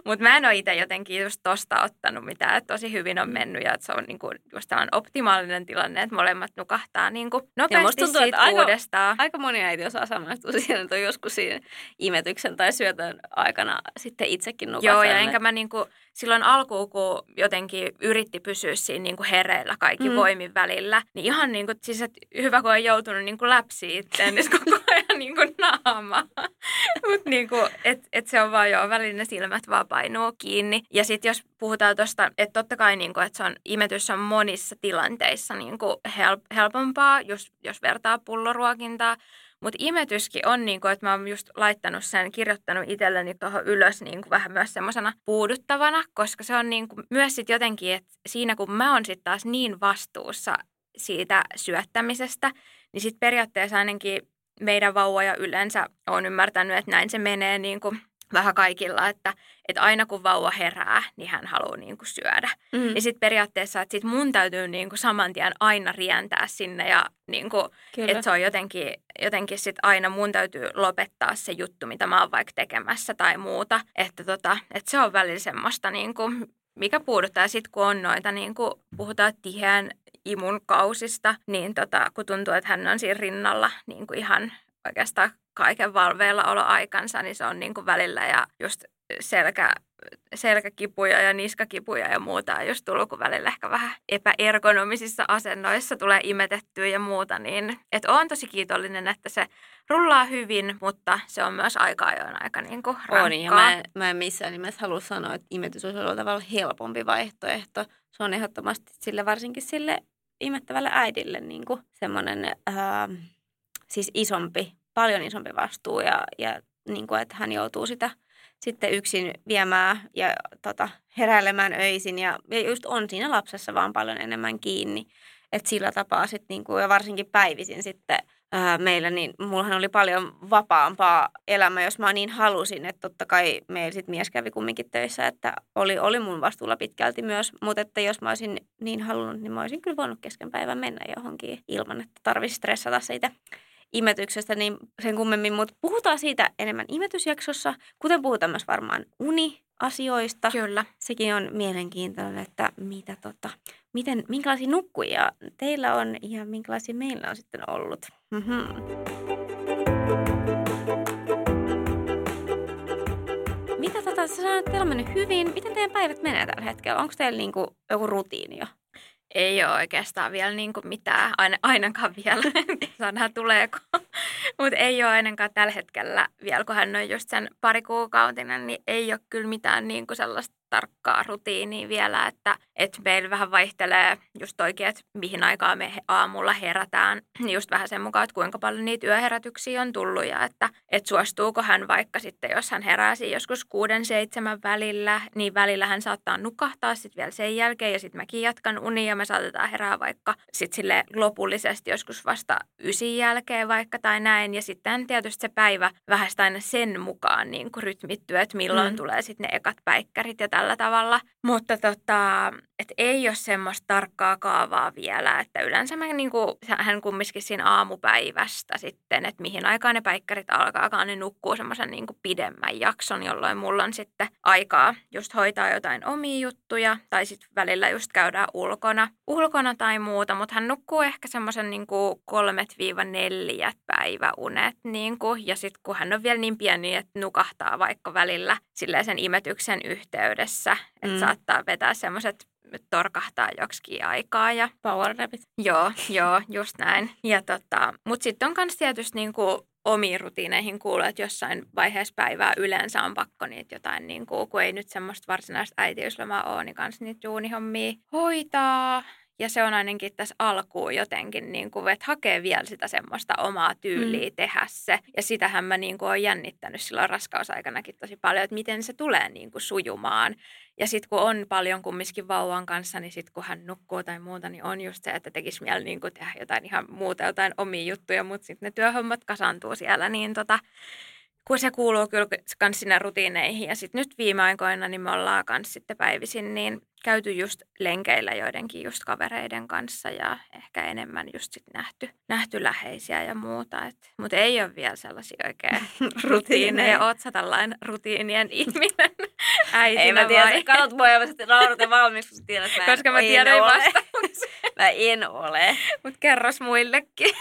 Mutta mä en ole itse jotenkin just tosta ottanut mitään, että tosi hyvin on mennyt ja että se on niinku just tällainen optimaalinen tilanne, että molemmat nukahtaa niinku nopeasti tuntuu, siitä uudestaan. Aika moni äiti osaa samaistua siihen, että on joskus siinä imetyksen tai syötön aikana sitten itsekin nukahtanut. Joo, ja enkä mä niinku silloin alkuun, kun jotenkin yritti pysyä siinä niinku hereillä kaikki voimin välillä, niin ihan niinku, siis että hyvä kun on joutunut niinku läpsiä itteen, niin koko ajan niinku naama. Mutta niinku, että se on vaan joo, välillä ne silmät vaan painuu kiinni. Ja sitten jos puhutaan tuosta, että totta kai niinku, että se on, imetys on monissa tilanteissa niinku helpompaa, jos vertaa pulloruokintaa. Mutta imetyskin on, niinku, että mä oon just laittanut sen, kirjoittanut itselleni tuohon ylös niinku, vähän myös semmoisena puuduttavana, koska se on niinku, myös sit jotenkin, että siinä kun mä oon sitten taas niin vastuussa siitä syöttämisestä, niin sitten periaatteessa ainakin meidän vauvoja yleensä on ymmärtänyt, että näin se menee niinku, vähän kaikilla, että aina kun vauva herää, niin hän haluaa niinku syödä. Niin sitten periaatteessa, että sit mun täytyy niinku saman tien aina rientää sinne ja niinku, että se on jotenkin sit aina mun täytyy lopettaa se juttu, mitä mä oon vaikka tekemässä tai muuta. Että että se on välillä semmoista, niinku, mikä puuduttaa. Sitten kun on noita, niinku, puhutaan tiheän imun kausista, niin kun tuntuu, että hän on siinä rinnalla niinku ihan oikeastaan kaiken valveilla oloaikansa, niin se on niin kuin välillä ja just selkäkipuja ja niskakipuja ja muuta on just tullut, kun välillä ehkä vähän epäergonomisissa asennoissa tulee imetettyä ja muuta, niin että olen tosi kiitollinen, että se rullaa hyvin, mutta se on myös aika ajoin aika niin kuin rankkaa. On, ja mä en missään nimessä halua sanoa, että imetys olisi ollut tavallaan helpompi vaihtoehto. Se on ehdottomasti varsinkin sille imettävälle äidille niin kuin semmoinen siis paljon isompi vastuu ja niin kuin, että hän joutuu sitä sitten yksin viemään ja heräilemään öisin ja just on siinä lapsessa vaan paljon enemmän kiinni. Että sillä tapaa sitten niin kuin, ja varsinkin päivisin sitten meillä, niin mullahan oli paljon vapaampaa elämä, jos mä niin halusin. Että totta kai meillä sitten mies kävi kumminkin töissä, että oli mun vastuulla pitkälti myös. Mutta että jos mä olisin niin halunnut, niin mä olisin kyllä voinut kesken päivän mennä johonkin ilman, että tarvitsisi stressata siitä imetyksestä, niin sen kummemmin, mutta puhutaan siitä enemmän imetysjaksossa, kuten puhutaan myös varmaan uniasioista. Kyllä. Sekin on mielenkiintoinen, että minkälaisia nukkujia teillä on ja minkälaisia meillä on sitten ollut. Mitä sä sanoit, että teillä on mennyt hyvin. Miten teidän päivät menee tällä hetkellä? Onko teillä niinku joku rutiini jo? Ei ole oikeastaan vielä niin kuin mitään, ainakaan vielä. Saadaan tuleeko. Mutta ei ole ainakaan tällä hetkellä vielä, kun hän on just sen parikuukautinen, niin ei ole kyllä mitään niin kuin sellaista tarkkaa rutiinia vielä, että meillä vähän vaihtelee just oikein, että mihin aikaan me aamulla herätään. Just vähän sen mukaan, että kuinka paljon niitä yöherätyksiä on tullut ja että suostuuko hän vaikka sitten, jos hän heräsi joskus 6-7 välillä, niin välillä hän saattaa nukahtaa sitten vielä sen jälkeen ja sitten mäkin jatkan unia ja me saatetaan herää vaikka sitten sille lopullisesti joskus vasta 9 jälkeen vaikka tai näin. Ja sitten tietysti se päivä vähän aina sen mukaan niin kuin rytmittyy, että milloin tulee sitten ne ekat päikkärit ja tällä tavalla. Mutta että ei ole semmoista tarkkaa kaavaa vielä, että yleensä mä niinku, hän kumminkin siinä aamupäivästä sitten, että mihin aikaan ne päikkärit alkaakaan, ne nukkuu semmoisen niinku pidemmän jakson, jolloin mulla on sitten aikaa just hoitaa jotain omia juttuja tai sitten välillä just käydään ulkona tai muuta, mutta hän nukkuu ehkä semmoisen niinku 3-4 päiväunet niinku, ja sitten kun hän on vielä niin pieni, että nukahtaa vaikka välillä silleen sen imetyksen yhteydessä, että saattaa vetää semmoiset torkahtaa joksikin aikaa. Ja powernapit. Joo, just näin. Ja mutta sitten on myös tietysti niinku omiin rutiineihin kuuluu, että jossain vaiheessa päivää yleensä on pakko niitä jotain, niinku, kun ei nyt semmoista varsinaista äitiyslomaa ole, niin kans niitä duunihommia hoitaa. Ja se on ainakin tässä alkuun jotenkin, niin kuin, että hakee vielä sitä semmoista omaa tyyliä tehdä se. Ja sitähän mä niin kuin olen jännittänyt silloin raskausaikanakin tosi paljon, että miten se tulee niin kuin sujumaan. Ja sitten kun on paljon kumminkin vauvan kanssa, niin sitten kun hän nukkuu tai muuta, niin on just se, että tekisi mieli niin kuin tehdä jotain ihan muuta, jotain omia juttuja. Mutta sitten ne työhommat kasaantuu siellä, niin kun se kuuluu kyllä myös sinne rutiineihin. Ja sitten nyt viime aikoina niin me ollaan myös sitten päivisin niin käyty just lenkeillä joidenkin just kavereiden kanssa ja ehkä enemmän just sitten nähty läheisiä ja muuta. Mutta ei ole vielä sellaisia oikein rutiineja. Oot sä tällainen rutiinien ihminen? äitinä Ei mä tiedä, vai? sä katsot mua ja sitten naurat valmiiksi, kun tiedät, että Koska mä tiedän vastauksen. Mä en ole. Mut kerros muillekin.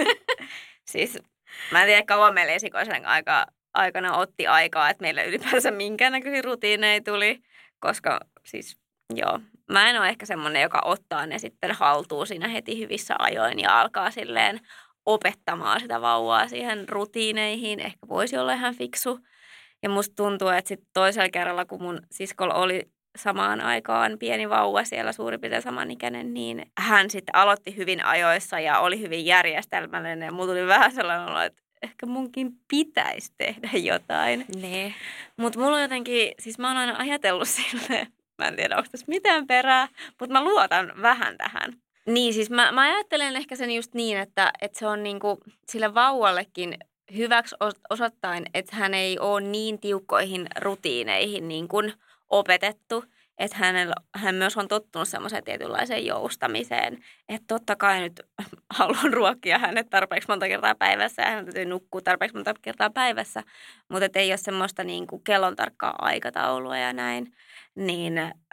Siis mä en tiedä, kauan meillä esikoisen aikana otti aikaa, että meillä ylipäänsä minkäännäköisiä rutiineja tuli, koska siis joo, mä en ole ehkä semmoinen, joka ottaa ne sitten haltuun siinä heti hyvissä ajoin ja alkaa silleen opettamaan sitä vauvaa siihen rutiineihin. Ehkä voisi olla ihan fiksu. Ja musta tuntuu, että sitten toisella kerralla, kun mun siskolla oli samaan aikaan pieni vauva siellä suurin piirtein samanikäinen, niin hän sitten aloitti hyvin ajoissa ja oli hyvin järjestelmällinen. Ja mulla tuli vähän sellainen olo, että ehkä munkin pitäisi tehdä jotain. Niin. Mutta mulla on jotenkin, siis mä oon aina ajatellut silleen, mä en tiedä, onko tässä mitään perää, mutta mä luotan vähän tähän. Niin, siis mä ajattelen ehkä sen just niin, että se on niinku sille vauvallekin hyväksi osoittain, että hän ei ole niin tiukkoihin rutiineihin niin kuin opetettu, että hän myös on tottunut semmoiseen tietynlaiseen joustamiseen, että totta kai nyt haluan ruokkia hänet tarpeeksi monta kertaa päivässä ja hän täytyy nukkua tarpeeksi monta kertaa päivässä, mutta ei ole semmoista niin kuin kellon tarkkaa aikataulua ja näin, niin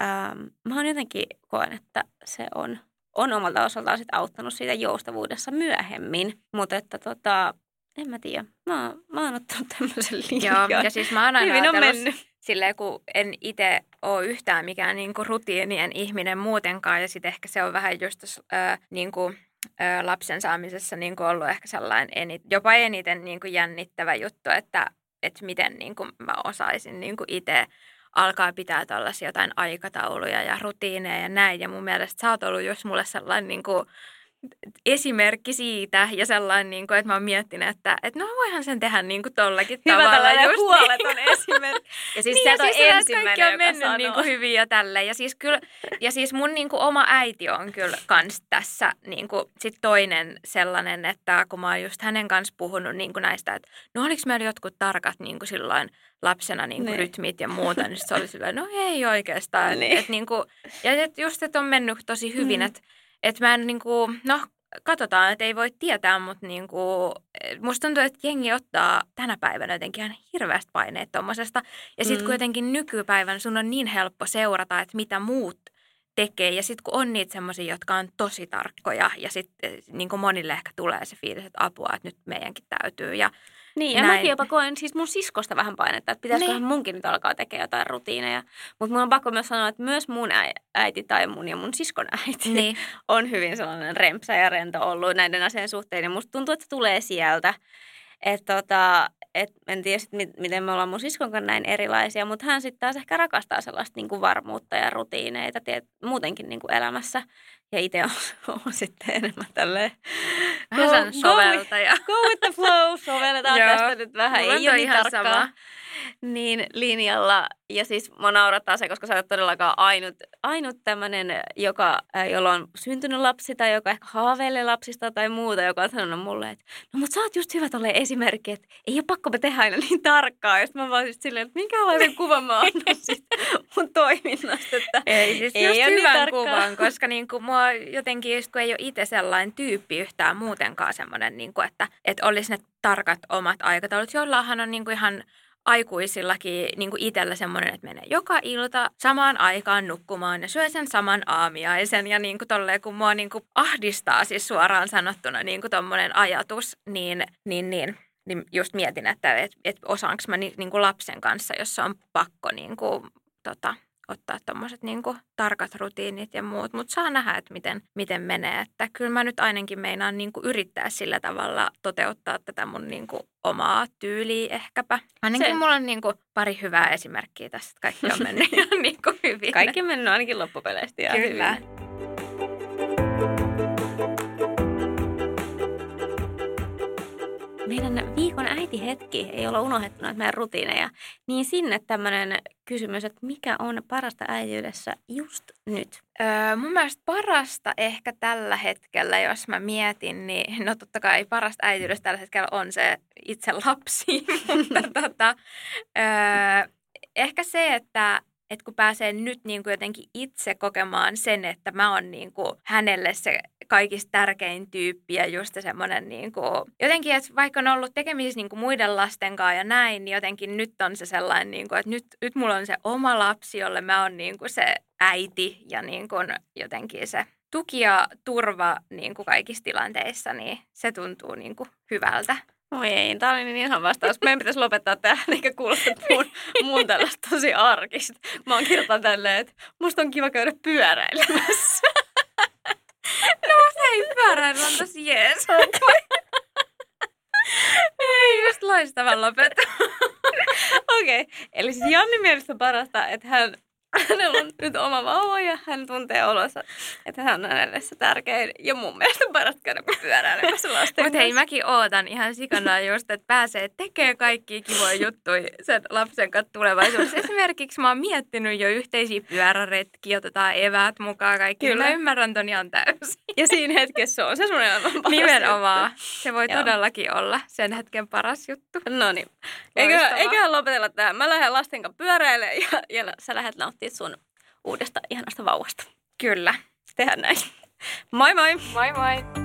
mä oon jotenkin koen, että se on omalta osaltaan sit auttanut siitä joustavuudessa myöhemmin, mutta että en mä tiedä. Mä oon ottanut tämmöisen linjan. Joo, ja siis mä oon aina hyvin on ajatellut mennyt. silleen, kun en itse ole yhtään mikään niinku rutiinien ihminen muutenkaan. Ja sitten ehkä se on vähän just niinku, lapsen saamisessa niinku ollut ehkä sellainen jopa eniten niinku jännittävä juttu, että miten niinku mä osaisin niinku itse alkaa pitää tällaisia jotain aikatauluja ja rutiineja ja näin. Ja mun mielestä sä oot ollut just mulle sellainen niinku esimerkki siitä ja sellainen, niin kuin, että mä oon miettinyt, että no voihan sen tehdä niin kuin tollakin hyvä tavalla. Hyvä tällainen just huoleton esimerkki. Ja siis niin, se on siis ensimmäinen, kaikki on joka mennyt sanoo. niin kuin hyvin ja tälleen. Ja siis mun niin kuin oma äiti on kyllä kans tässä niin kuin sit toinen sellainen, että kun mä oon just hänen kanssa puhunut niin kuin näistä, että no oliks meillä jotkut tarkat niin kuin silloin lapsena niin kuin rytmit ja muuta, niin se oli silleen, no ei oikeastaan. Niin. Et niin kuin, ja just, että on mennyt tosi hyvin, että mä en niin kuin, no katsotaan, että ei voi tietää, mutta niinku, musta tuntuu, että jengi ottaa tänä päivänä jotenkin ihan hirveästi paineet tommosesta. Ja sitten kuitenkin nykypäivänä sun on niin helppo seurata, että mitä muut tekee. Ja sitten kun on niitä semmoisia, jotka on tosi tarkkoja ja sitten niinku monille ehkä tulee se fiilis, että apua, että nyt meidänkin täytyy. Ja niin, ja mäkin jopa koen siis mun siskosta vähän painetta, että pitäisiköhän munkin nyt alkaa tekemään jotain rutiineja. Mutta mun on pakko myös sanoa, että myös mun äiti tai mun ja mun siskon äiti on hyvin sellainen rempsä ja rento ollut näiden asian suhteen. Ja musta tuntuu, että se tulee sieltä. Että en tiedä miten me ollaan mun siskon kanssa näin erilaisia, mutta hän sitten taas ehkä rakastaa sellaista niin kuin varmuutta ja rutiineita muutenkin niin kuin elämässä. Ja itse on sitten enemmän tälleen vähän soveltaja. Go with the flow, sovelletaan tästä nyt vähän. Mulla ei ole niin ihan tarkkaa sama. Niin linjalla. Ja siis mua naurattaa se, koska sä olet todellakaan ainut tämmöinen, jolla on syntynyt lapsi tai joka ehkä haaveilee lapsista tai muuta, joka on sanonut mulle, että no mut sä oot just hyvä tolleen esimerkki, että ei ole pakko me tehdä aina niin tarkkaa. Ja sitten mä vaan just silleen, että minkälaisen kuvan mä annan sit mun toiminnasta, että ei siis ei just ole hyvän niin kuvan, koska niinku mua jotenkin just kun ei ole itse sellainen tyyppi yhtään muutenkaan semmoinen, niinku, että olisi ne tarkat omat aikataulut, joillahan on niinku ihan aikuisillakin niin kuin itsellä semmoinen, että menee joka ilta samaan aikaan nukkumaan ja syö sen saman aamiaisen. Ja niin kuin tolleen, kun mua niin kuin ahdistaa siis suoraan sanottuna niin kuin tommoinen ajatus, niin just mietin, että osaanko mä niin kuin lapsen kanssa, jos on pakko niin kuin, ottaa tommoset niin kuin tarkat rutiinit ja muut. Mutta saa nähdä, että miten menee. Että kyllä mä nyt ainakin meinaan niin kuin yrittää sillä tavalla toteuttaa tätä mun niin kuin omaa tyyliä ehkäpä. Ainakin mulla on niin kuin pari hyvää esimerkkiä tässä, että kaikki on mennyt ihan niin kuin hyvin. Kaikki on mennyt ainakin loppupeleistä ihan kyllä. Hyvin. Meidän viikon äitihetki ei olla unohdettu näitä meidän rutiineja, niin sinne tämmöinen kysymys, että mikä on parasta äitiydessä just nyt? Mun mielestä parasta ehkä tällä hetkellä, jos mä mietin, niin no totta kai parasta äitiydessä tällä hetkellä on se itse lapsi, mutta ehkä se, että että kun pääsee nyt niin kuin jotenkin itse kokemaan sen, että mä oon niin kuin hänelle se kaikista tärkein tyyppi ja just semmoinen niin kuin, jotenkin, että vaikka on ollut tekemisissä niin kuin muiden lasten kanssa ja näin, niin jotenkin nyt on se sellainen, niin kuin, että nyt mulla on se oma lapsi, jolle mä oon niin kuin se äiti ja niin kuin jotenkin se tuki ja turva niin kuin kaikissa tilanteissa, niin se tuntuu niin kuin hyvältä. Oi ei, tämä oli niin ihan vastaus. Meidän pitäisi lopettaa tähän, eikä kuulostaa mun tällaista tosi arkista. Mä oon kirjoittanut tälleen, että musta on kiva käydä pyöräilemässä. No hei, pyöräily on tosi jees. Ei, just loistavan lopetus. Okei, eli siis Jannin mielestä parasta, että hänellä on nyt oma vauva ja hän tuntee olonsa, että hän on hänelle se tärkein. Ja mun mielestä parasta käydä pyöräilemässä lasten Mutta hei, mäkin ootan ihan sikana just, että pääsee tekemään kaikkia kivoja juttuja sen lapsen kanssa tulevaisuudessa. Esimerkiksi mä oon miettinyt jo yhteisiä pyöräretkiä, otetaan eväät mukaan kaikki. Kyllä. Mä ymmärrän ton ihan täysin. Ja siinä hetkessä on se sun elämän paras nimenomaan. Juttu. Se voi todellakin olla sen hetken paras juttu. No niin. Eiköhän lopetella tähän. Mä lähden lasten kanssa pyöräilemään ja sä lähdet nauttimaan sun uudesta ihanasta vauvasta. Kyllä. Tehdään näin. Moi moi! Moi moi!